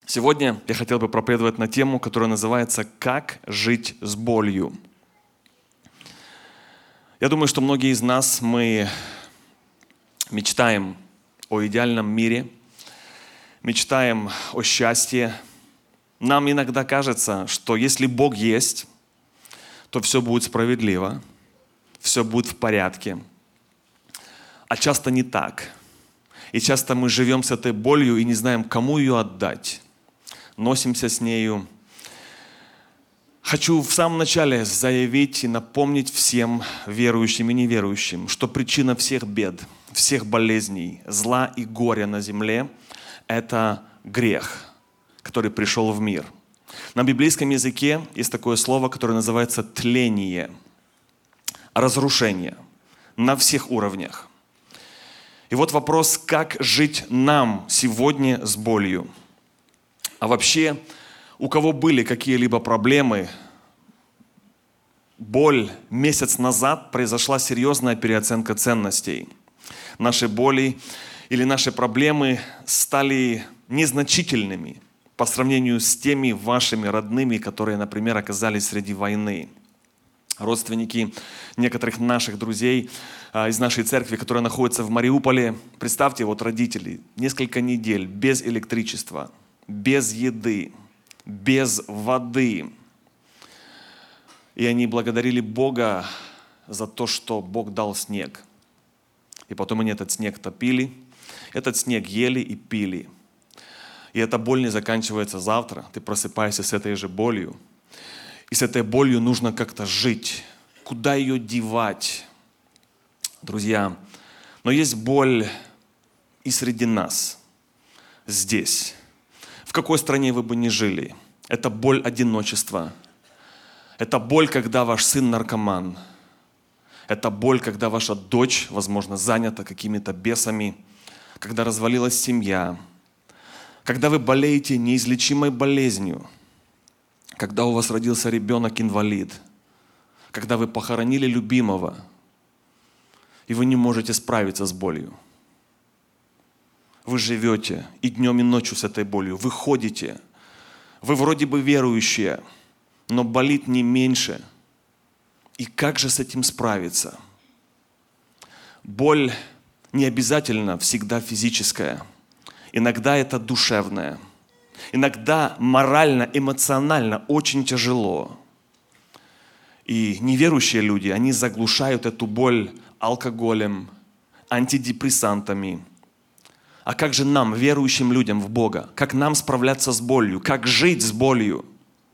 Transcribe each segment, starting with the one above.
Сегодня я хотел бы проповедовать на тему, которая называется «Как жить с болью?». Я думаю, что многие из нас, мы мечтаем о идеальном мире, мечтаем о счастье. Нам иногда кажется, что если Бог есть, то все будет справедливо, все будет в порядке. А часто не так. И часто мы живем с этой болью и не знаем, кому ее отдать. Носимся с нею. Хочу в самом начале заявить и напомнить всем верующим и неверующим, что причина всех бед, всех болезней, зла и горя на земле – это грех, который пришел в мир. На библейском языке есть такое слово, которое называется тление, разрушение на всех уровнях. И вот вопрос, как жить нам сегодня с болью. А вообще, у кого были какие-либо проблемы, боль, месяц назад произошла серьезная переоценка ценностей. Наши боли или наши проблемы стали незначительными по сравнению с теми вашими родными, которые, например, оказались среди войны. Родственники некоторых наших друзей из нашей церкви, которые находятся в Мариуполе. Представьте, вот родители, несколько недель без электричества, без еды, без воды. И они благодарили Бога за то, что Бог дал снег. И потом они этот снег топили, этот снег ели и пили. И эта боль не заканчивается завтра. Ты просыпаешься с этой же болью. И с этой болью нужно как-то жить. Куда ее девать? Друзья, но есть боль и среди нас, здесь. В какой стране вы бы ни жили, это боль одиночества. Это боль, когда ваш сын наркоман. Это боль, когда ваша дочь, возможно, занята какими-то бесами. Когда развалилась семья. Когда вы болеете неизлечимой болезнью. Когда у вас родился ребенок-инвалид. Когда вы похоронили любимого. И вы не можете справиться с болью. Вы живете и днем, и ночью с этой болью. Вы ходите. Вы вроде бы верующие, но болит не меньше. И как же с этим справиться? Боль не обязательно всегда физическая. Иногда это душевная. Иногда морально, эмоционально очень тяжело. И неверующие люди, они заглушают эту боль алкоголем, антидепрессантами. А как же нам, верующим людям в Бога? Как нам справляться с болью? Как жить с болью?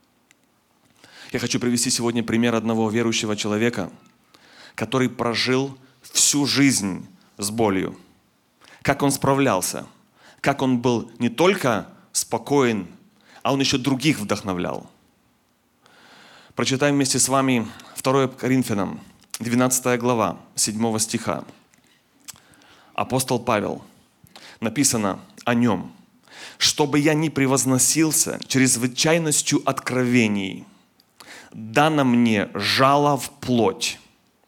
Я хочу привести сегодня пример одного верующего человека, который прожил всю жизнь с болью. Как он справлялся? Как он был не только спокоен, а он еще других вдохновлял. Прочитаем вместе с вами 2 Коринфянам, 12 глава, 7 стиха. Апостол Павел. Написано о нем. «Чтобы я не превозносился чрезвычайностью откровений, дано мне жало в плоть.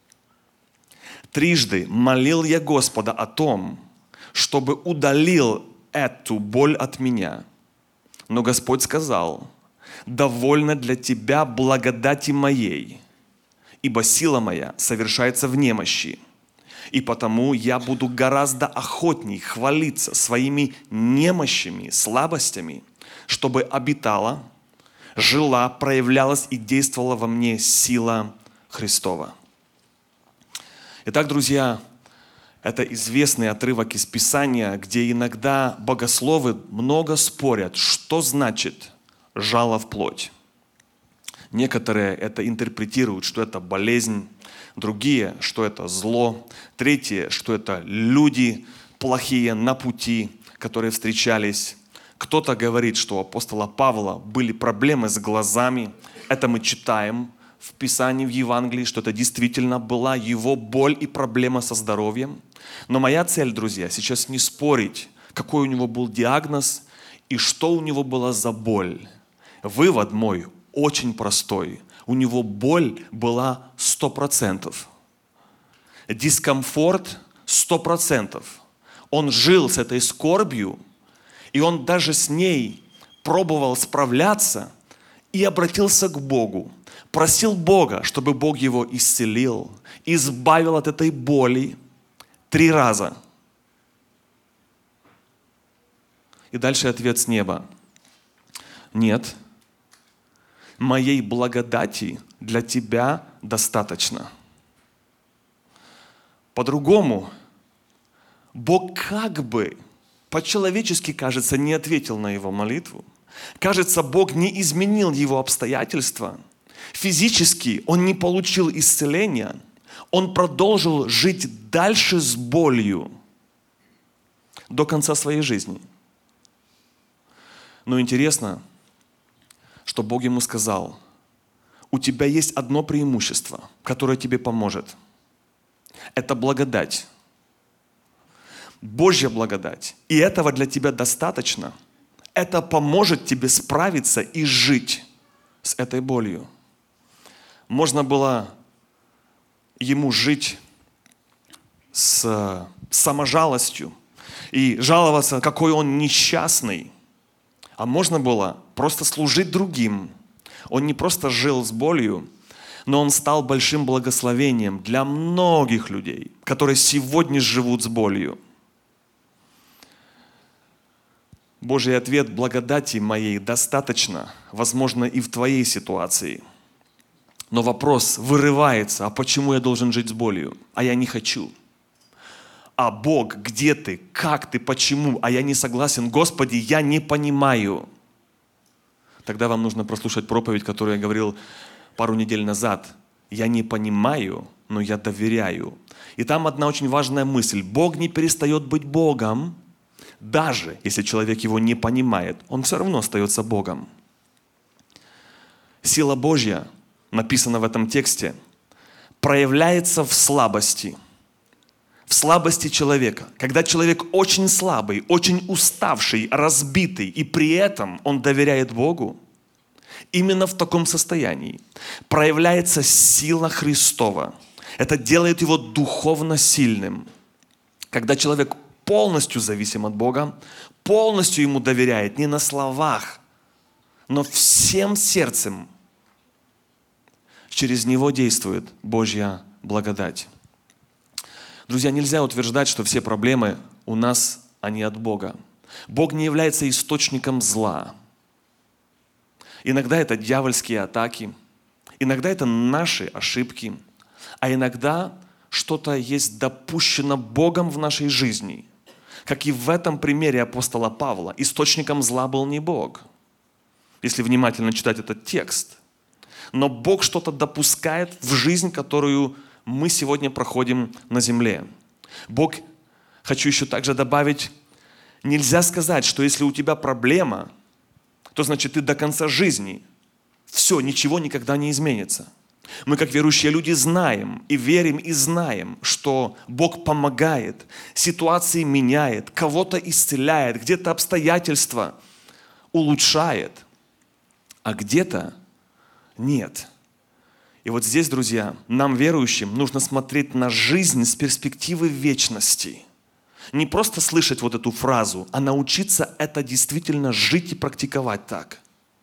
Трижды молил я Господа о том, чтобы удалил эту боль от меня. Но Господь сказал: довольно для тебя благодати моей, ибо сила моя совершается в немощи. И потому я буду гораздо охотней хвалиться своими немощами, слабостями, чтобы обитала, жила, проявлялась и действовала во мне сила Христова». Итак, друзья, это известный отрывок из Писания, где иногда богословы много спорят, что значит «жало в плоть». Некоторые это интерпретируют, что это болезнь, другие, что это зло, третьи, что это люди плохие на пути, которые встречались. Кто-то говорит, что у апостола Павла были проблемы с глазами. Это мы читаем в Писании, в Евангелии, что это действительно была его боль и проблема со здоровьем. Но моя цель, друзья, сейчас не спорить, какой у него был диагноз и что у него была за боль. Вывод мой очень простой. У него боль была 100%. Дискомфорт 100%. Он жил с этой скорбью, и он даже с ней пробовал справляться и обратился к Богу. Просил Бога, чтобы Бог его исцелил, избавил от этой боли 3 раза. И дальше ответ с неба. Нет, моей благодати для тебя достаточно. По-другому, Бог как бы по-человечески, кажется, не ответил на его молитву. Кажется, Бог не изменил его обстоятельства. Физически он не получил исцеления. Он продолжил жить дальше с болью до конца своей жизни. Но интересно, что Бог ему сказал: у тебя есть одно преимущество, которое тебе поможет. Это благодать. Божья благодать. И этого для тебя достаточно. Это поможет тебе справиться и жить с этой болью. Можно было ему жить с саможалостью и жаловаться, какой он несчастный. А можно было просто служить другим. Он не просто жил с болью, но он стал большим благословением для многих людей, которые сегодня живут с болью. Божий ответ: благодати моей достаточно, возможно, и в твоей ситуации. Но вопрос вырывается: а почему я должен жить с болью? А я не хочу. А Бог, где ты? Как ты? Почему? А я не согласен. Господи, я не понимаю. Тогда вам нужно прослушать проповедь, которую я говорил пару недель назад. Я не понимаю, но я доверяю. И там одна очень важная мысль. Бог не перестает быть Богом, даже если человек его не понимает. Он все равно остается Богом. Сила Божья, написано в этом тексте, проявляется в слабости. В слабости человека. Когда человек очень слабый, очень уставший, разбитый, и при этом он доверяет Богу, именно в таком состоянии проявляется сила Христова. Это делает его духовно сильным. Когда человек полностью зависим от Бога, полностью Ему доверяет, не на словах, но всем сердцем, через него действует Божья благодать. Друзья, нельзя утверждать, что все проблемы у нас, они от Бога. Бог не является источником зла. Иногда это дьявольские атаки, иногда это наши ошибки, а иногда что-то есть допущено Богом в нашей жизни. Как и в этом примере апостола Павла, источником зла был не Бог, если внимательно читать этот текст. Но Бог что-то допускает в жизнь, которую мы сегодня проходим на земле. Бог, хочу еще также добавить, нельзя сказать, что если у тебя проблема, то значит ты до конца жизни, все, ничего никогда не изменится. Мы, как верующие люди, знаем и верим и знаем, что Бог помогает, ситуации меняет, кого-то исцеляет, где-то обстоятельства улучшает, а где-то нет. И вот здесь, друзья, нам, верующим, нужно смотреть на жизнь с перспективы вечности. Не просто слышать вот эту фразу, а научиться это действительно жить и практиковать так.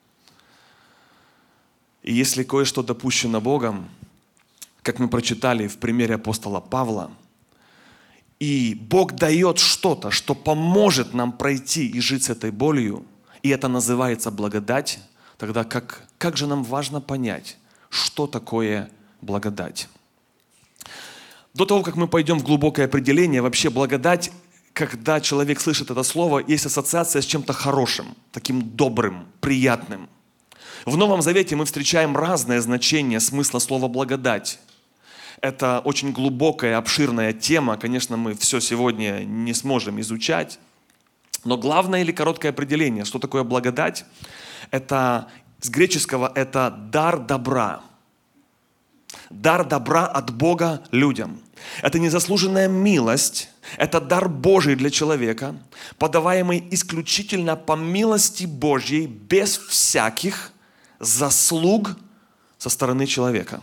И если кое-что допущено Богом, как мы прочитали в примере апостола Павла, и Бог дает что-то, что поможет нам пройти и жить с этой болью, и это называется благодать, тогда как же нам важно понять, что такое благодать. До того, как мы пойдем в глубокое определение, вообще благодать, когда человек слышит это слово, есть ассоциация с чем-то хорошим, таким добрым, приятным. В Новом Завете мы встречаем разное значение смысла слова «благодать». Это очень глубокая, обширная тема. Конечно, мы все сегодня не сможем изучать. Но главное или короткое определение, что такое благодать, это с греческого это дар добра. Дар добра от Бога людям. Это незаслуженная милость, это дар Божий для человека, подаваемый исключительно по милости Божьей, без всяких заслуг со стороны человека.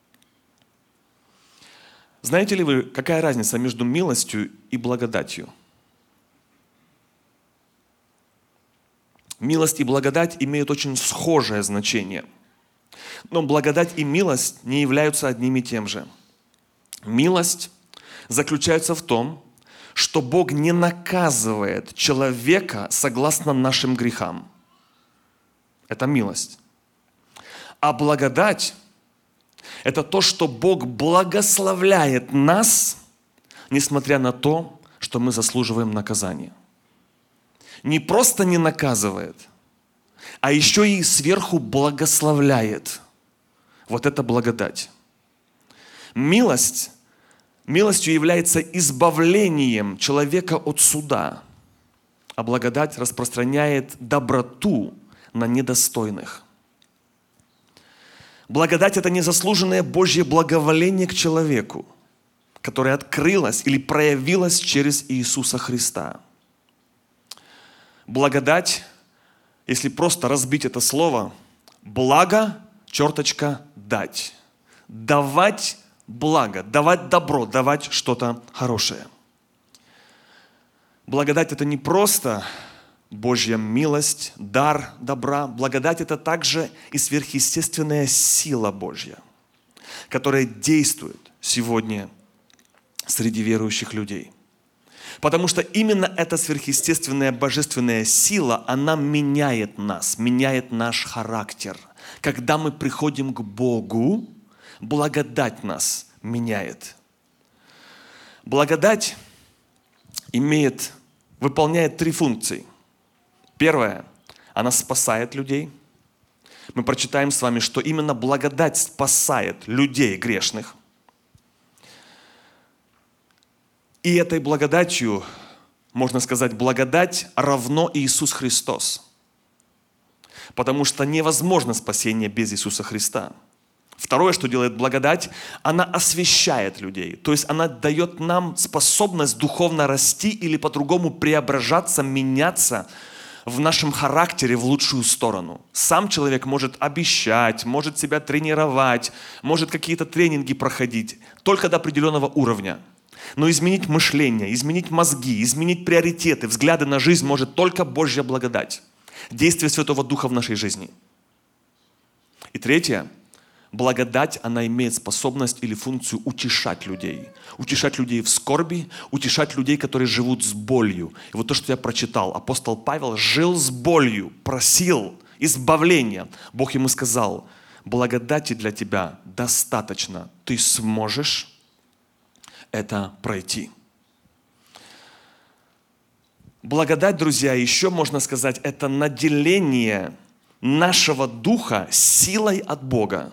Знаете ли вы, какая разница между милостью и благодатью? Милость и благодать имеют очень схожее значение. Но благодать и милость не являются одним и тем же. Милость заключается в том, что Бог не наказывает человека согласно нашим грехам. Это милость. А благодать – это то, что Бог благословляет нас, несмотря на то, что мы заслуживаем наказания. Не просто не наказывает, а еще и сверху благословляет. Вот это благодать. Милостью является избавлением человека от суда, а благодать распространяет доброту на недостойных. Благодать – это незаслуженное Божье благоволение к человеку, которое открылось или проявилось через Иисуса Христа. Благодать, если просто разбить это слово, благо, черточка, дать. Давать благо, давать добро, давать что-то хорошее. Благодать – это не просто Божья милость, дар добра. Благодать – это также и сверхъестественная сила Божья, которая действует сегодня среди верующих людей. Потому что именно эта сверхъестественная божественная сила, она меняет нас, меняет наш характер. Когда мы приходим к Богу, благодать нас меняет. Благодать выполняет 3 функции. Первое, она спасает людей. Мы прочитаем с вами, что именно благодать спасает людей грешных. И этой благодатью, можно сказать, благодать равно Иисус Христос. Потому что невозможно спасение без Иисуса Христа. Второе, что делает благодать, она освящает людей. То есть она дает нам способность духовно расти или по-другому преображаться, меняться в нашем характере в лучшую сторону. Сам человек может обещать, может себя тренировать, может какие-то тренинги проходить, только до определенного уровня. Но изменить мышление, изменить мозги, изменить приоритеты, взгляды на жизнь может только Божья благодать. Действие Святого Духа в нашей жизни. И третье. Благодать, она имеет способность или функцию утешать людей. Утешать людей в скорби, утешать людей, которые живут с болью. И вот то, что я прочитал. Апостол Павел жил с болью, просил избавления. Бог ему сказал: благодати для тебя достаточно. Ты сможешь это пройти. Благодать, друзья, еще можно сказать, это наделение нашего духа силой от Бога.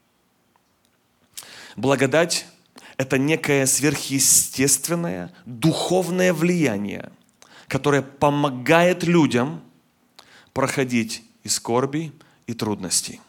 Благодать – это некое сверхъестественное духовное влияние, которое помогает людям проходить и скорби, и трудностей.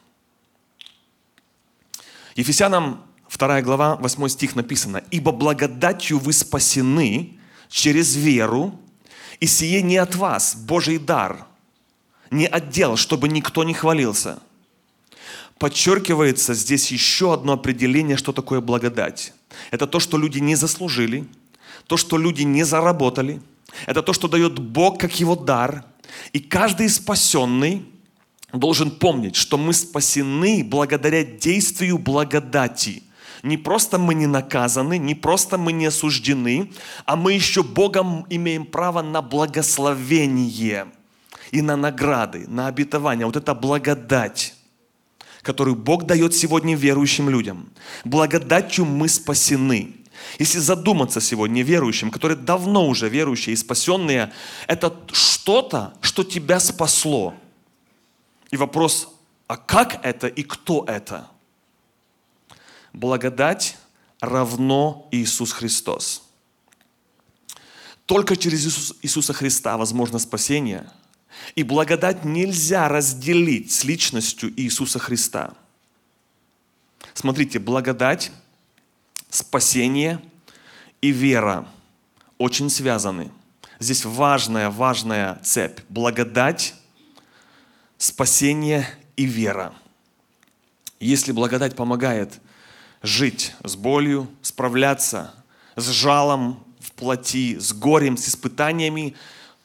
Ефесянам 2 глава, 8 стих написано: «Ибо благодатью вы спасены через веру, и сие не от вас, Божий дар, не от дел, чтобы никто не хвалился». Подчеркивается здесь еще одно определение, что такое благодать. Это то, что люди не заслужили, то, что люди не заработали. Это то, что дает Бог как Его дар. И каждый спасенный должен помнить, что мы спасены благодаря действию благодати. Не просто мы не наказаны, не просто мы не осуждены, а мы еще Богом имеем право на благословение и на награды, на обетование. Вот это благодать, которую Бог дает сегодня верующим людям. Благодатью мы спасены. Если задуматься сегодня верующим, которые давно уже верующие и спасенные, это что-то, что тебя спасло. И вопрос: а как это и кто это? Благодать равно Иисус Христос. Только через Иисуса Христа возможно спасение. И благодать нельзя разделить с личностью Иисуса Христа. Смотрите, благодать, спасение и вера очень связаны. Здесь важная цепь. Благодать, спасение и вера. Если благодать помогает жить с болью, справляться с жалом в плоти, с горем, с испытаниями,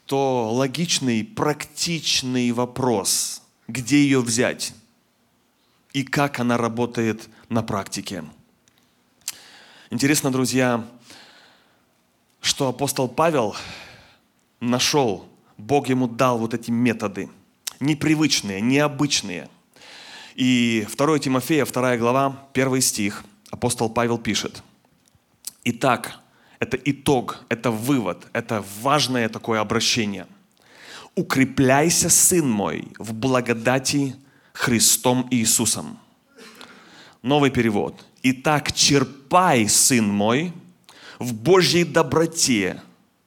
то логичный, практичный вопрос, где ее взять и как она работает на практике. Интересно, друзья, что апостол Павел нашел, Бог ему дал вот эти методы, непривычные, необычные. И 2 Тимофея, 2 глава, 1 стих, апостол Павел пишет: «Итак, это итог, это вывод, это важное такое обращение. Укрепляйся, сын мой, в благодати Христом Иисусом». Новый перевод. «Итак, черпай, сын мой, в Божьей доброте,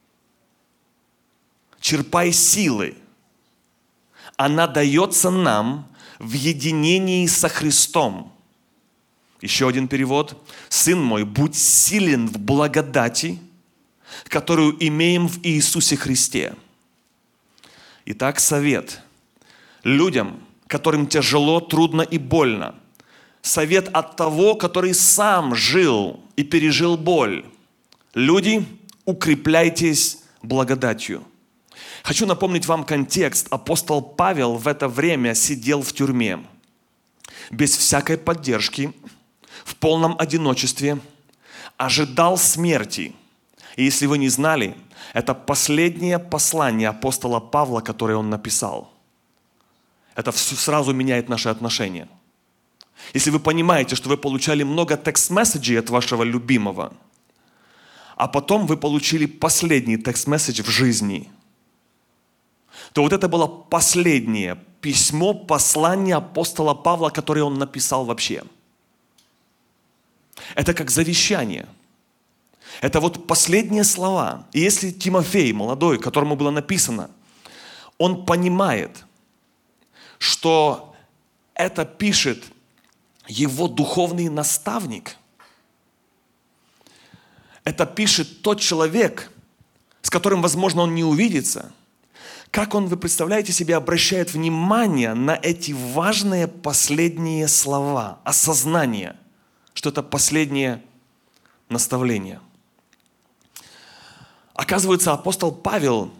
черпай силы. Она дается нам в единении со Христом». Еще один перевод. «Сын мой, будь силен в благодати, которую имеем в Иисусе Христе». Итак, совет людям, которым тяжело, трудно и больно. Совет от того, который сам жил и пережил боль. Люди, укрепляйтесь благодатью. Хочу напомнить вам контекст. Апостол Павел в это время сидел в тюрьме. Без всякой поддержки, в полном одиночестве, ожидал смерти. И если вы не знали, это последнее послание апостола Павла, которое он написал. Это все сразу меняет наши отношения. Если вы понимаете, что вы получали много текст-месседжей от вашего любимого, а потом вы получили последний текст-месседж в жизни, то вот это было последнее письмо, послание апостола Павла, которое он написал вообще. Это как завещание. Это вот последние слова. И если Тимофей, молодой, которому было написано, он понимает, что это пишет его духовный наставник, это пишет тот человек, с которым, возможно, он не увидится, как он, вы представляете себе, обращает внимание на эти важные последние слова, осознание, что это последнее наставление. Оказывается, апостол Павел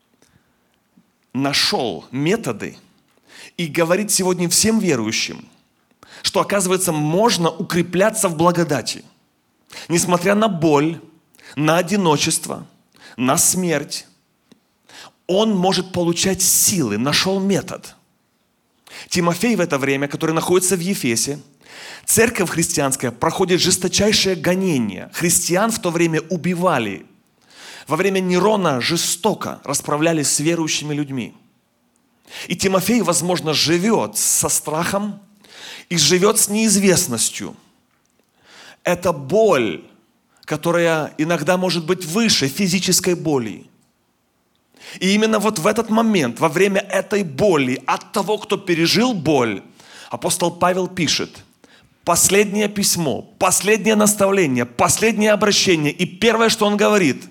нашел методы и говорит сегодня всем верующим, что, оказывается, можно укрепляться в благодати. Несмотря на боль, на одиночество, на смерть, он может получать силы, нашел метод. Тимофей в это время, который находится в Ефесе, церковь христианская проходит жесточайшее гонение. Христиан в то время убивали. Во время Нерона жестоко расправлялись с верующими людьми. И Тимофей, возможно, живет со страхом и живет с неизвестностью. Это боль, которая иногда может быть выше физической боли. И именно вот в этот момент, во время этой боли, от того, кто пережил боль, апостол Павел пишет последнее письмо, последнее наставление, последнее обращение. И первое, что он говорит: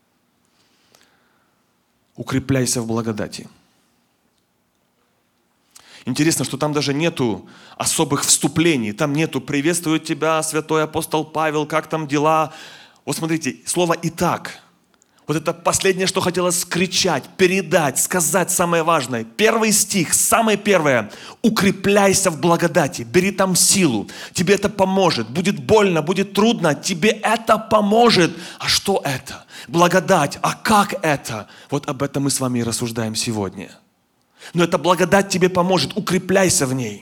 укрепляйся в благодати. Интересно, что там даже нету особых вступлений, там нету «приветствует тебя, святой апостол Павел, как там дела». Вот смотрите, слово «итак». Вот это последнее, что хотелось кричать, передать, сказать самое важное. Первый стих, самое первое. Укрепляйся в благодати, бери там силу. Тебе это поможет. Будет больно, будет трудно, тебе это поможет. А что это? Благодать. А как это? Вот об этом мы с вами и рассуждаем сегодня. Но эта благодать тебе поможет. Укрепляйся в ней.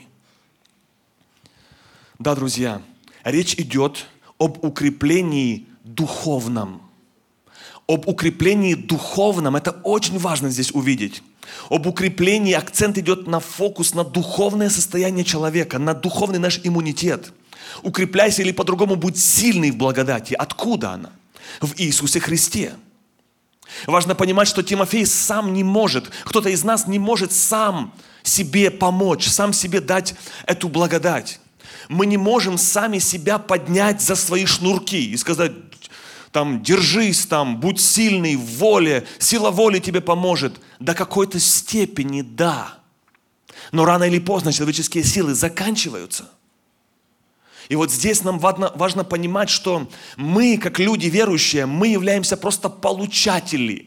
Да, друзья, речь идет об укреплении духовном. Об укреплении духовном, это очень важно здесь увидеть. Об укреплении акцент идет на фокус, на духовное состояние человека, на духовный наш иммунитет. Укрепляйся или по-другому будь сильный в благодати. Откуда она? В Иисусе Христе. Важно понимать, что Тимофей сам не может, кто-то из нас не может сам себе помочь, сам себе дать эту благодать. Мы не можем сами себя поднять за свои шнурки и сказать: там, держись, там, будь сильный в воле, сила воли тебе поможет. До какой-то степени да. Но рано или поздно человеческие силы заканчиваются. И вот здесь нам важно понимать, что мы, как люди верующие, мы являемся просто получатели.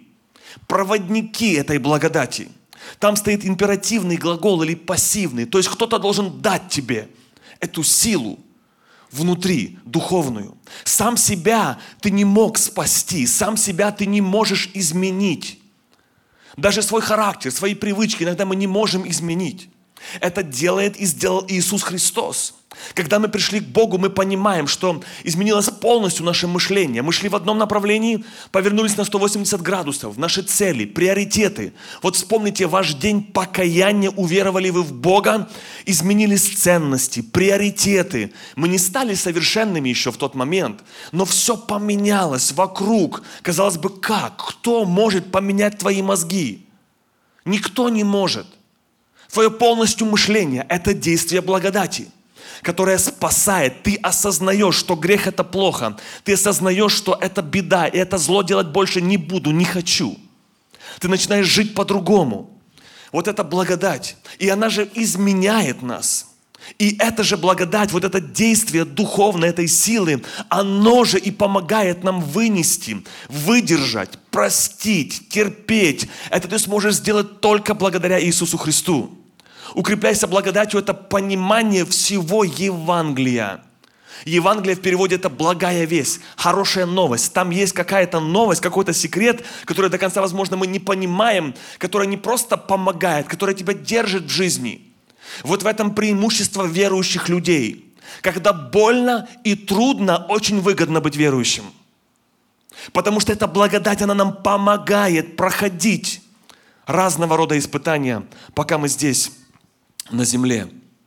проводники этой благодати. Там стоит императивный глагол или пассивный. То есть кто-то должен дать тебе эту силу внутри, духовную. Сам себя ты не мог спасти, сам себя ты не можешь изменить. Даже свой характер, свои привычки иногда мы не можем изменить. Это делает и сделал Иисус Христос. Когда мы пришли к Богу, мы понимаем, что изменилось полностью наше мышление. Мы шли в одном направлении, повернулись на 180 градусов. Наши цели, приоритеты. Вот вспомните ваш день покаяния, уверовали вы в Бога, изменились ценности, приоритеты. Мы не стали совершенными еще в тот момент, но все поменялось вокруг. Казалось бы, как? Кто может поменять твои мозги? Никто не может. Твое полностью мышление – это действие благодати, которая спасает. Ты осознаешь, что грех – это плохо. Ты осознаешь, что это беда, и это зло делать больше не буду, не хочу. Ты начинаешь жить по-другому. Вот это благодать. И она же изменяет нас. И это же благодать, вот это действие духовной этой силы, оно же и помогает нам вынести, выдержать, простить, терпеть. Это ты сможешь сделать только благодаря Иисусу Христу. Укрепляйся благодатью – это понимание всего Евангелия. Евангелие в переводе – это благая весть, хорошая новость. Там есть какая-то новость, какой-то секрет, который до конца, возможно, мы не понимаем, который не просто помогает, который тебя держит в жизни. Вот в этом преимущество верующих людей. Когда больно и трудно, очень выгодно быть верующим. Потому что эта благодать, она нам помогает проходить разного рода испытания, пока мы здесь, на земле.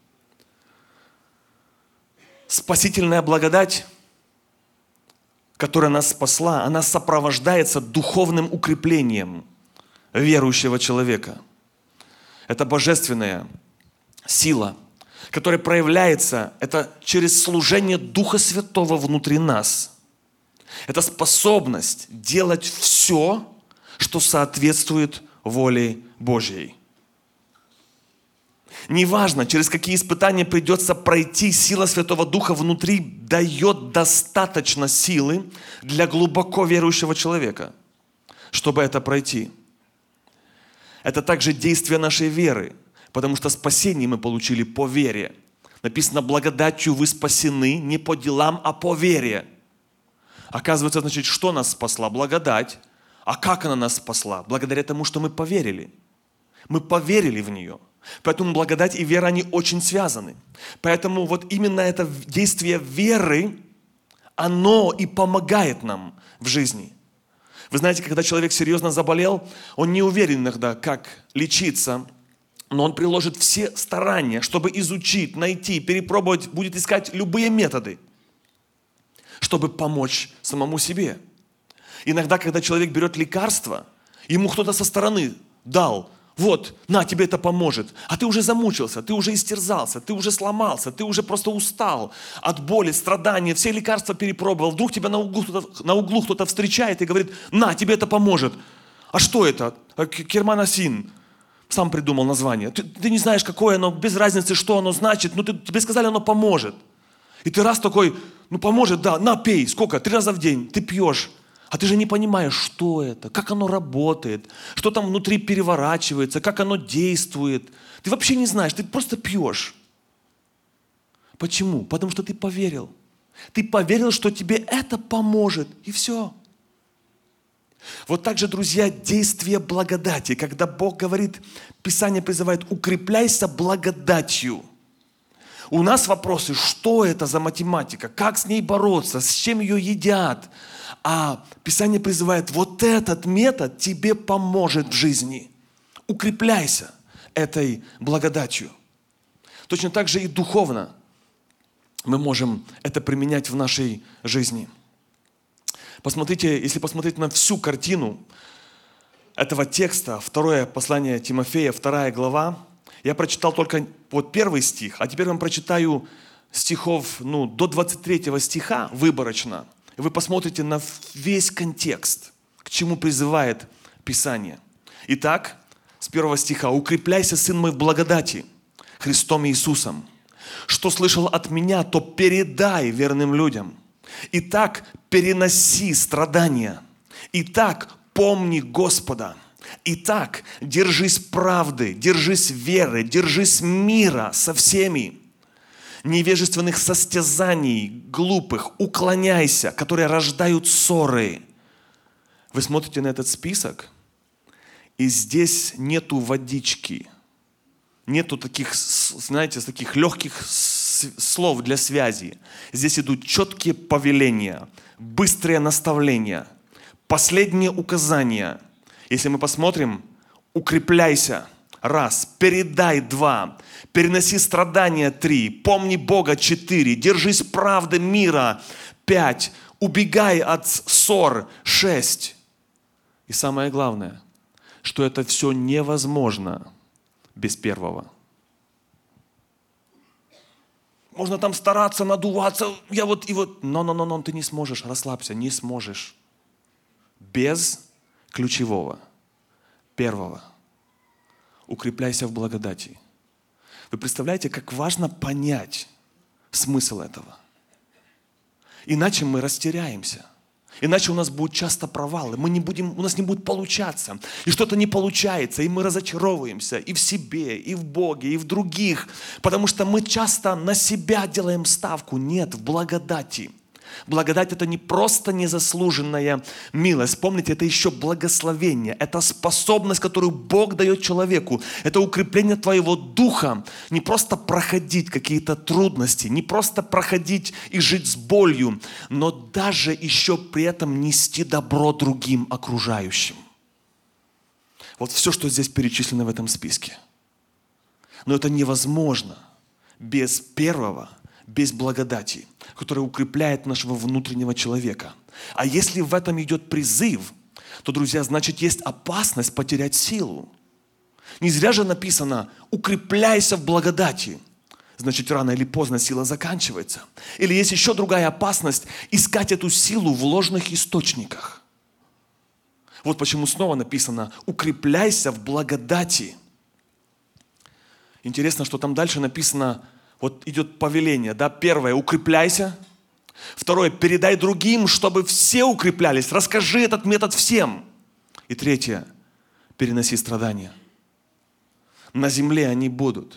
Спасительная благодать, которая нас спасла, она сопровождается духовным укреплением верующего человека. Это божественная сила, которая проявляется это через служение Духа Святого внутри нас. Это способность делать все, что соответствует воле Божьей. Неважно, через какие испытания придется пройти, сила Святого Духа внутри дает достаточно силы для глубоко верующего человека, чтобы это пройти. Это также действие нашей веры, потому что спасение мы получили по вере. Написано, благодатью вы спасены не по делам, а по вере. Оказывается, значит, что нас спасла? Благодать. А как она нас спасла? Благодаря тому, что мы поверили. Мы поверили в нее. Поэтому благодать и вера, они очень связаны. Поэтому вот именно это действие веры, оно и помогает нам в жизни. Вы знаете, когда человек серьезно заболел, он не уверен иногда, как лечиться, но он приложит все старания, чтобы изучить, найти, перепробовать, будет искать любые методы, чтобы помочь самому себе. Иногда, когда человек берет лекарство, ему кто-то со стороны дал, вот, на, тебе это поможет. А ты уже замучился, ты уже истерзался, ты уже сломался, ты уже просто устал от боли, страдания, все лекарства перепробовал. Вдруг тебя на углу кто-то встречает и говорит, на, тебе это поможет. А что это? Керманасин. Сам придумал название. Ты не знаешь, какое оно, без разницы, что оно значит, но тебе сказали, оно поможет. И ты раз такой, ну поможет, да, на, пей, сколько? 3 раза в день, ты пьешь. А ты же не понимаешь, что это, как оно работает, что там внутри переворачивается, как оно действует. Ты вообще не знаешь, ты просто пьешь. Почему? Потому что ты поверил. Ты поверил, что тебе это поможет, и все. Вот так же, друзья, действие благодати. Когда Бог говорит, Писание призывает, укрепляйся благодатью. У нас вопросы, что это за математика, как с ней бороться, с чем ее едят. А Писание призывает, вот этот метод тебе поможет в жизни. Укрепляйся этой благодатью. Точно так же и духовно мы можем это применять в нашей жизни. Посмотрите, если посмотреть на всю картину этого текста, 2 послание Тимофея, 2 глава, я прочитал только вот 1 стих, а теперь вам прочитаю стихов до 23 стиха выборочно. И вы посмотрите на весь контекст, к чему призывает Писание. Итак, с 1 стиха. «Укрепляйся, сын мой, в благодати, Христом Иисусом. Что слышал от меня, то передай верным людям. Итак, переноси страдания. Итак, помни Господа. Итак, держись правды, держись веры, держись мира со всеми. Невежественных состязаний, глупых, уклоняйся, которые рождают ссоры. Вы смотрите на этот список, и здесь нету водички. Нету таких, знаете, таких легких слов для связи. Здесь идут четкие повеления, быстрые наставления, последние указания. Если мы посмотрим, укрепляйся, 1, передай, 2, переноси страдания, 3, помни Бога, 4, держись правды мира, 5, убегай от ссор, 6. И самое главное, что это все невозможно без первого. Можно там стараться, надуваться, но ты не сможешь, расслабься, не сможешь. Без ключевого, первого. Укрепляйся в благодати. Вы представляете, как важно понять смысл этого? Иначе мы растеряемся. Иначе у нас будут часто провалы. У нас не будет получаться. И что-то не получается. И мы разочаровываемся и в себе, и в Боге, и в других. Потому что мы часто на себя делаем ставку. Нет, в благодати. Благодать — это не просто незаслуженная милость. Помните, это еще благословение. Это способность, которую Бог дает человеку. Это укрепление твоего духа. Не просто проходить какие-то трудности, не просто проходить и жить с болью, но даже еще при этом нести добро другим окружающим. Вот все, что здесь перечислено в этом списке. Но это невозможно без первого, без благодати, которая укрепляет нашего внутреннего человека. А если в этом идет призыв, то, друзья, значит, есть опасность потерять силу. Не зря же написано «укрепляйся в благодати». Значит, рано или поздно сила заканчивается. Или есть еще другая опасность – искать эту силу в ложных источниках. Вот почему снова написано «укрепляйся в благодати». Интересно, что там дальше написано, вот идет повеление, да, 1, укрепляйся. 2, передай другим, чтобы все укреплялись. Расскажи этот метод всем. И 3, переноси страдания. На земле они будут.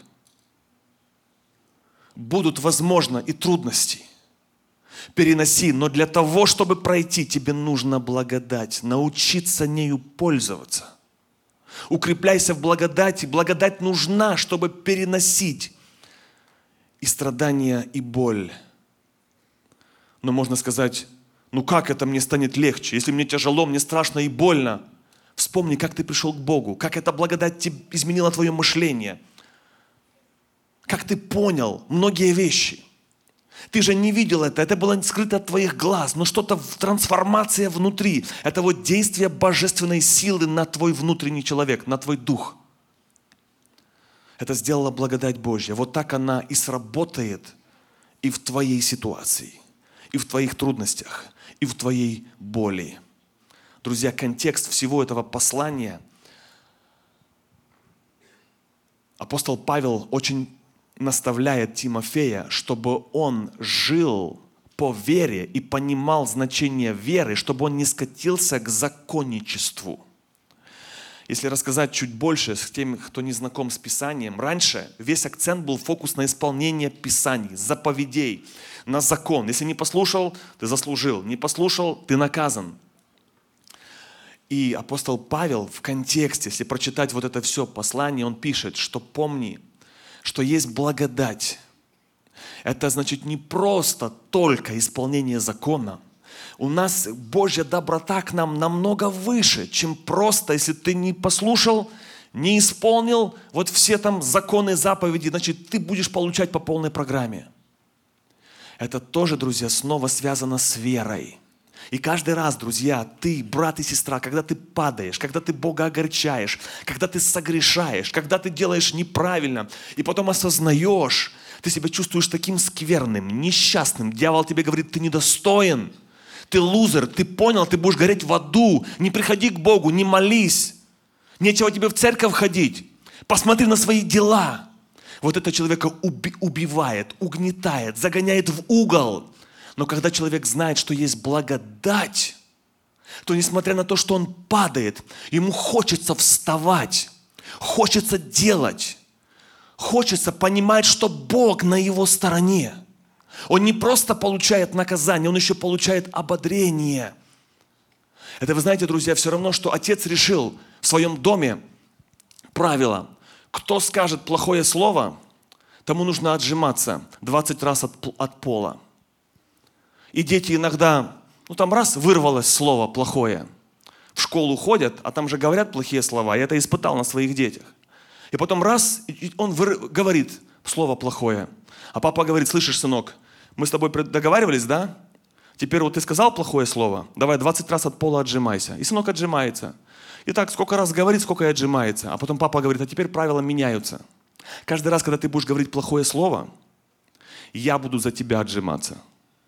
Будут, возможно, и трудности. Переноси, но для того, чтобы пройти, тебе нужна благодать. Научиться нею пользоваться. Укрепляйся в благодати. Благодать нужна, чтобы переносить и страдания, и боль. Но можно сказать, ну как это мне станет легче? Если мне тяжело, мне страшно и больно. Вспомни, как ты пришел к Богу, как эта благодать изменила твое мышление. Как ты понял многие вещи. Ты же не видел это было скрыто от твоих глаз, но что-то трансформация внутри. Это вот действие божественной силы на твой внутренний человек, на твой дух. Это сделала благодать Божья. Вот так она и сработает и в твоей ситуации, и в твоих трудностях, и в твоей боли. Друзья, контекст всего этого послания. Апостол Павел очень наставляет Тимофея, чтобы он жил по вере и понимал значение веры, чтобы он не скатился к законничеству. Если рассказать чуть больше с теми, кто не знаком с Писанием, раньше весь акцент был фокус на исполнение Писаний, заповедей, на закон. Если не послушал, ты заслужил. Не послушал, ты наказан. И апостол Павел в контексте, если прочитать вот это все послание, он пишет, что помни, что есть благодать. Это значит не просто только исполнение закона. У нас Божья доброта к нам намного выше, чем просто, если ты не послушал, не исполнил вот все там законы, заповеди, значит, ты будешь получать по полной программе. Это тоже, друзья, снова связано с верой. И каждый раз, друзья, ты, брат и сестра, когда ты падаешь, когда ты Бога огорчаешь, когда ты согрешаешь, когда ты делаешь неправильно, и потом осознаешь, ты себя чувствуешь таким скверным, несчастным. Дьявол тебе говорит, ты недостоин. Ты лузер, ты понял, ты будешь гореть в аду. Не приходи к Богу, не молись. Нечего тебе в церковь ходить. Посмотри на свои дела. Вот это человека убивает, угнетает, загоняет в угол. Но когда человек знает, что есть благодать, то несмотря на то, что он падает, ему хочется вставать, хочется делать, хочется понимать, что Бог на его стороне. Он не просто получает наказание, он еще получает ободрение. Это, вы знаете, друзья, все равно, что отец решил в своем доме правило. Кто скажет плохое слово, тому нужно отжиматься 20 раз от пола. И дети иногда, там раз вырвалось слово плохое. В школу ходят, а там же говорят плохие слова. Я это испытал на своих детях. И потом раз, и он говорит слово плохое. А папа говорит: слышишь, сынок, мы с тобой договаривались, да? Теперь вот ты сказал плохое слово, давай 20 раз от пола отжимайся. И сынок отжимается. И так сколько раз говорит, сколько и отжимается. А потом папа говорит: а теперь правила меняются. Каждый раз, когда ты будешь говорить плохое слово, я буду за тебя отжиматься.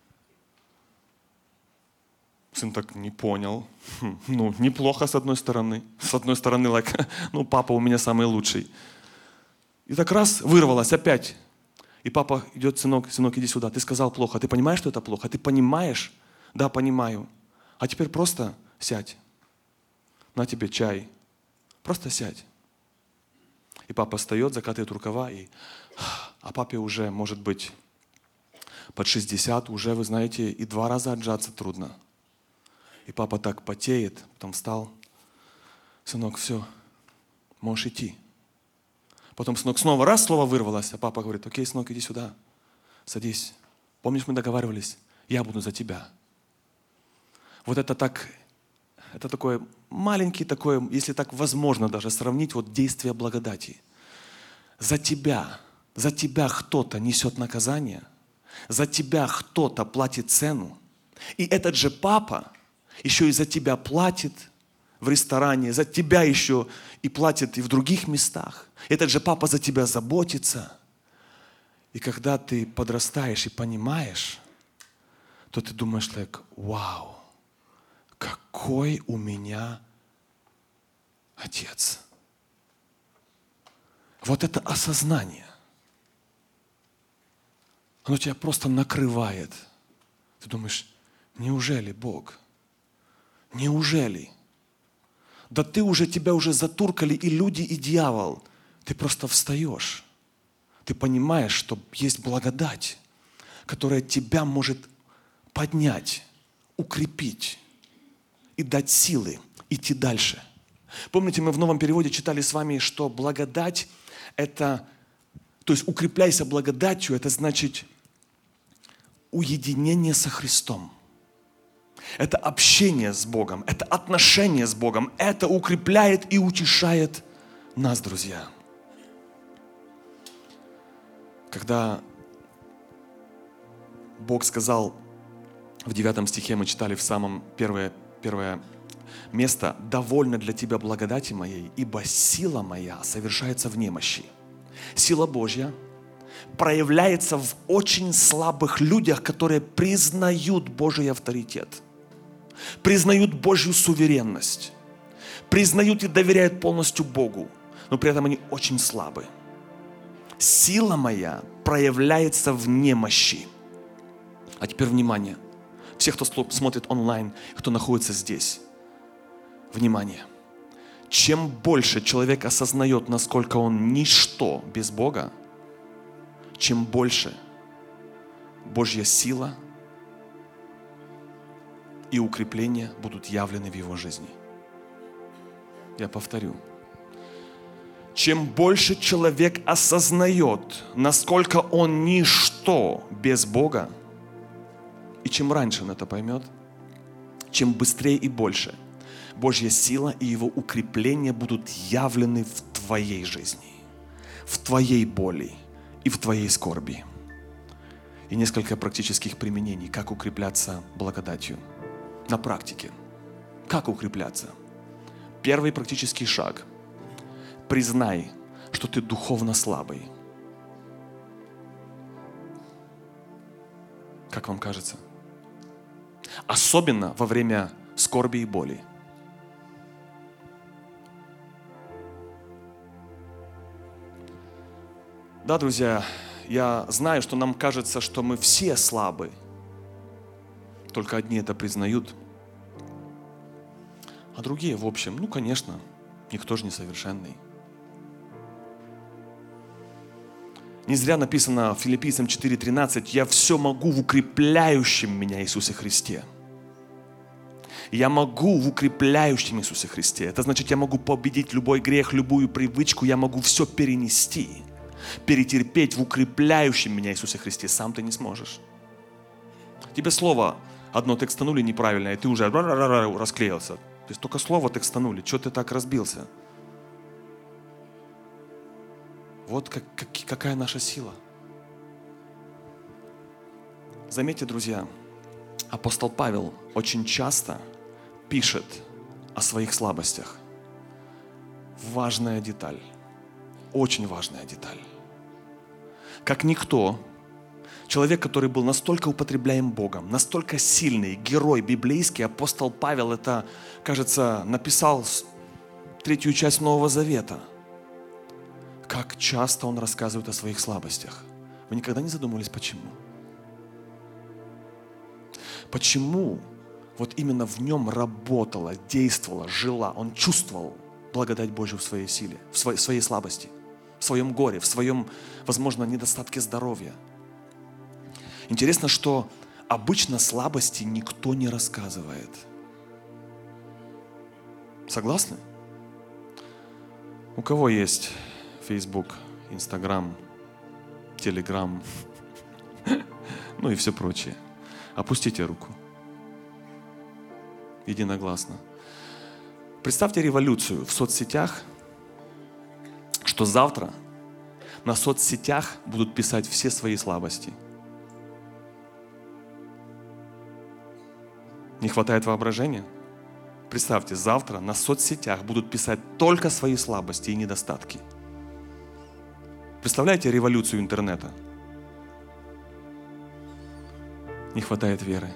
Сын так не понял. Неплохо с одной стороны. С одной стороны, папа у меня самый лучший. И так раз, вырвалось опять. И папа идет: сынок, иди сюда. Ты сказал плохо. Ты понимаешь, что это плохо? Ты понимаешь? Да, понимаю. А теперь просто сядь. На тебе чай. Просто сядь. И папа встает, закатывает рукава. А папе уже, может быть, под 60, уже, вы знаете, и 2 раза отжаться трудно. И папа так потеет, потом встал. Сынок, все, можешь идти. Потом сынок снова раз слово вырвалось, а папа говорит: окей, сынок, иди сюда, садись. Помнишь, мы договаривались? Я буду за тебя. Вот это такое маленький, если так возможно даже сравнить, действие благодати. За тебя кто-то несет наказание, за тебя кто-то платит цену. И этот же папа еще и за тебя платит в ресторане, за тебя еще и платит и в других местах. Этот же папа за тебя заботится. И когда ты подрастаешь и понимаешь, то ты думаешь: вау, какой у меня отец. Вот это осознание, оно тебя просто накрывает. Ты думаешь: неужели Бог? Неужели? Да тебя уже затуркали и люди, и дьявол. Ты просто встаешь. Ты понимаешь, что есть благодать, которая тебя может поднять, укрепить и дать силы идти дальше. Помните, мы в новом переводе читали с вами, что благодать – это, то есть укрепляйся благодатью, это значит уединение со Христом. Это общение с Богом, это отношение с Богом, это укрепляет и утешает нас, друзья. Когда Бог сказал, в 9 стихе мы читали в самом первое место: «Довольно для тебя благодати моей, ибо сила моя совершается в немощи». Сила Божья проявляется в очень слабых людях, которые признают Божий авторитет, признают Божью суверенность, признают и доверяют полностью Богу, но при этом они очень слабы. Сила моя проявляется в немощи. А теперь внимание. Все, кто смотрит онлайн, кто находится здесь. Внимание. Чем больше человек осознает, насколько он ничто без Бога, чем больше Божья сила и укрепление будут явлены в его жизни. Я повторю. Чем больше человек осознает, насколько он ничто без Бога, и чем раньше он это поймет, чем быстрее и больше Божья сила и Его укрепление будут явлены в твоей жизни, в твоей боли и в твоей скорби. И несколько практических применений, как укрепляться благодатью. На практике. Как укрепляться? Первый практический шаг. Признай, что ты духовно слабый. Как вам кажется? Особенно во время скорби и боли. Да, друзья, я знаю, что нам кажется, что мы все слабы. Только одни это признают, А другие, в общем, конечно, никто же не совершенный. Не зря написано в Филиппийцам 4:13: «Я все могу в укрепляющем меня Иисусе Христе». Я могу в укрепляющем Иисусе Христе. Это значит, я могу победить любой грех, любую привычку, я могу все перенести, перетерпеть в укрепляющем меня Иисусе Христе. Сам ты не сможешь. Тебе слово одно текстанули неправильно, и ты уже расклеился. То есть только слово текстанули. Чего ты так разбился? Вот какая наша сила. Заметьте, друзья, апостол Павел очень часто пишет о своих слабостях. Важная деталь. Очень важная деталь. Как никто, человек, который был настолько употребляем Богом, настолько сильный герой библейский, апостол Павел, это, кажется, написал 3-ю часть Нового Завета. Как часто он рассказывает о своих слабостях. Вы никогда не задумывались, почему? Почему вот именно в нем работала, действовала, жила, он чувствовал благодать Божью в своей силе, в своей слабости, в своем горе, в своем, возможно, недостатке здоровья. Интересно, что обычно слабости никто не рассказывает. Согласны? У кого есть Facebook, Instagram, Telegram, ну и все прочее? Опустите руку. Единогласно. Представьте революцию в соцсетях, что завтра на соцсетях будут писать все свои слабости. Не хватает воображения? Представьте, завтра на соцсетях будут писать только свои слабости и недостатки. Представляете революцию интернета? Не хватает веры.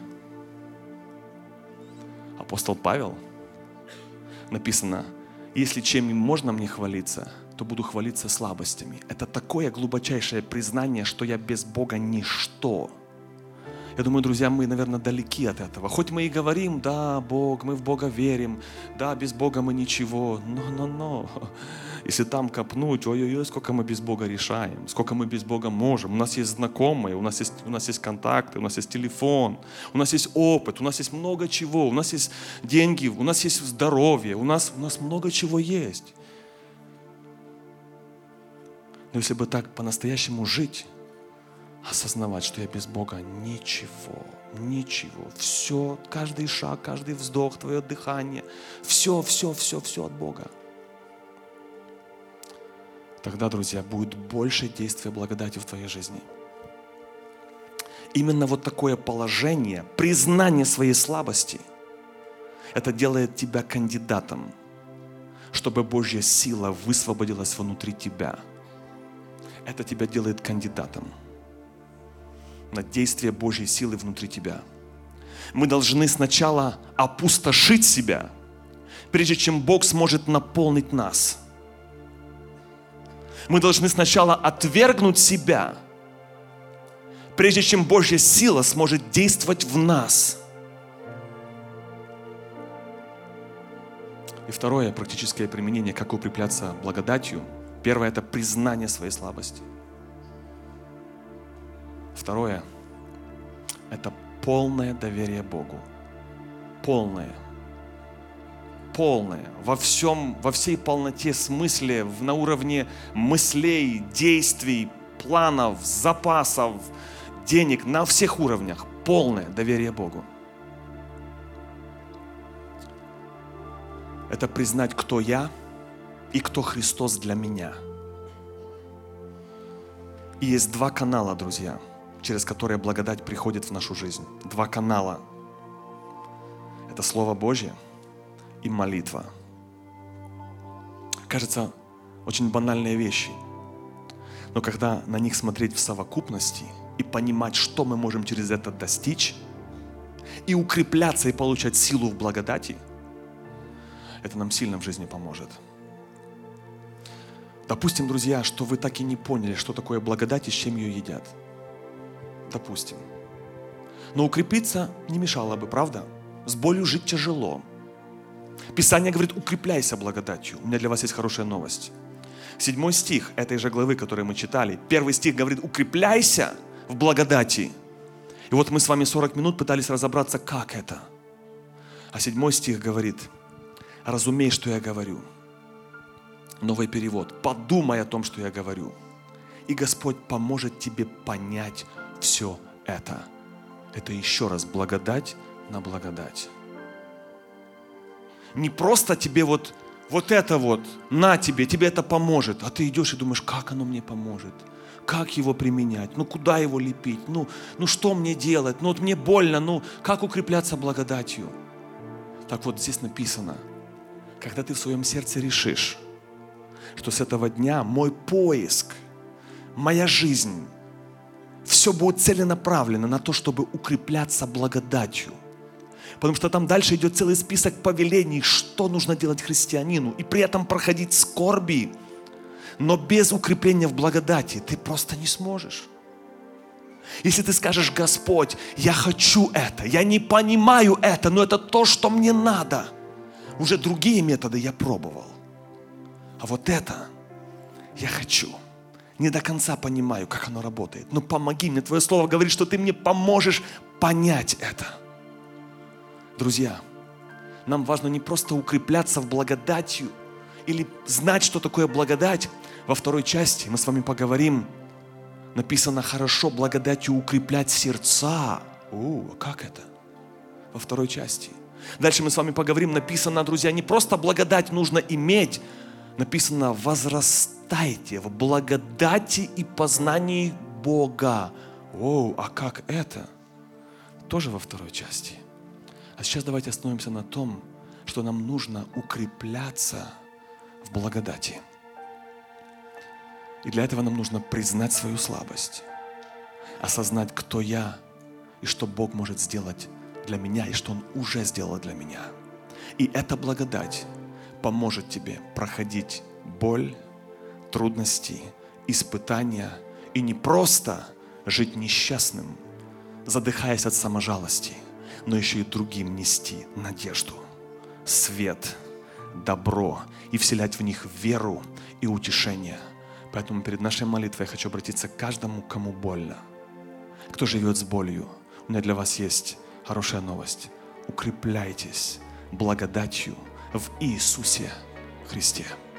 Апостол Павел, написано: если чем можно мне хвалиться, то буду хвалиться слабостями. Это такое глубочайшее признание, что я без Бога ничто. Я думаю, друзья, мы, наверное, далеки от этого. Хоть мы и говорим: да, Бог, мы в Бога верим, да, без Бога мы ничего. Но. Если там копнуть, ой-ой-ой, сколько мы без Бога решаем, сколько мы без Бога можем. У нас есть знакомые, у нас есть контакты, у нас есть телефон, у нас есть опыт, у нас есть много чего, у нас есть деньги, у нас есть здоровье, у нас много чего есть. Но если бы так по-настоящему жить, осознавать, что я без Бога ничего. Все, каждый шаг, каждый вздох, твое дыхание, все от Бога. Тогда, друзья, будет больше действия благодати в твоей жизни. Именно вот такое положение, признание своей слабости, это делает тебя кандидатом, чтобы Божья сила высвободилась внутри тебя. Это тебя делает кандидатом на действие Божьей силы внутри тебя. Мы должны сначала опустошить себя, прежде чем Бог сможет наполнить нас. Мы должны сначала отвергнуть себя, прежде чем Божья сила сможет действовать в нас. И второе практическое применение, как укрепляться благодатью. Первое – это признание своей слабости. Второе – это полное доверие Богу. Полное. Во всей полноте смысле, на уровне мыслей, действий, планов, запасов, денег, на всех уровнях. Полное доверие Богу. Это признать, кто я и кто Христос для меня. И есть 2 канала, друзья, через которые благодать приходит в нашу жизнь. 2 канала. Это Слово Божье и молитва. Кажется, очень банальные вещи. Но когда на них смотреть в совокупности и понимать, что мы можем через это достичь, и укрепляться и получать силу в благодати, это нам сильно в жизни поможет. Допустим, друзья, что вы так и не поняли, что такое благодать и с чем ее едят. Допустим. Но укрепиться не мешало бы, правда? С болью жить тяжело. Писание говорит, укрепляйся благодатью. У меня для вас есть хорошая новость. 7 стих этой же главы, которую мы читали. 1 стих говорит, укрепляйся в благодати. И вот мы с вами 40 минут пытались разобраться, как это. А 7 стих говорит, разумей, что я говорю. Новый перевод. Подумай о том, что я говорю. И Господь поможет тебе понять все это. Это еще раз благодать на благодать. Не просто тебе вот это вот, на тебе это поможет. А ты идешь и думаешь, как оно мне поможет? Как его применять? Ну, куда его лепить? Ну что мне делать? Ну, вот мне больно. Как укрепляться благодатью? Так вот, здесь написано, когда ты в своем сердце решишь, что с этого дня мой поиск, моя жизнь, все будет целенаправлено на то, чтобы укрепляться благодатью. Потому что там дальше идет целый список повелений, что нужно делать христианину, и при этом проходить скорби. Но без укрепления в благодати ты просто не сможешь. Если ты скажешь, Господь, я хочу это, я не понимаю это, но это то, что мне надо. Уже другие методы я пробовал. А вот это я хочу. Не до конца понимаю, как оно работает. Но помоги мне. Твое слово говорит, что ты мне поможешь понять это. Друзья, нам важно не просто укрепляться в благодатью или знать, что такое благодать. Во 2 части мы с вами поговорим. Написано, хорошо благодатью укреплять сердца. Как это? Во 2 части. Дальше мы с вами поговорим. Написано, друзья, не просто благодать нужно иметь. Написано, возрастайте в благодати и познании Бога. А как это? Тоже во 2 части. А сейчас давайте остановимся на том, что нам нужно укрепляться в благодати. И для этого нам нужно признать свою слабость, осознать, кто я и что Бог может сделать для меня, и что Он уже сделал для меня. И эта благодать поможет тебе проходить боль, трудности, испытания и не просто жить несчастным, задыхаясь от саможалости, но еще и другим нести надежду, свет, добро и вселять в них веру и утешение. Поэтому перед нашей молитвой я хочу обратиться к каждому, кому больно. Кто живет с болью, у меня для вас есть хорошая новость. Укрепляйтесь благодатью в Иисусе Христе.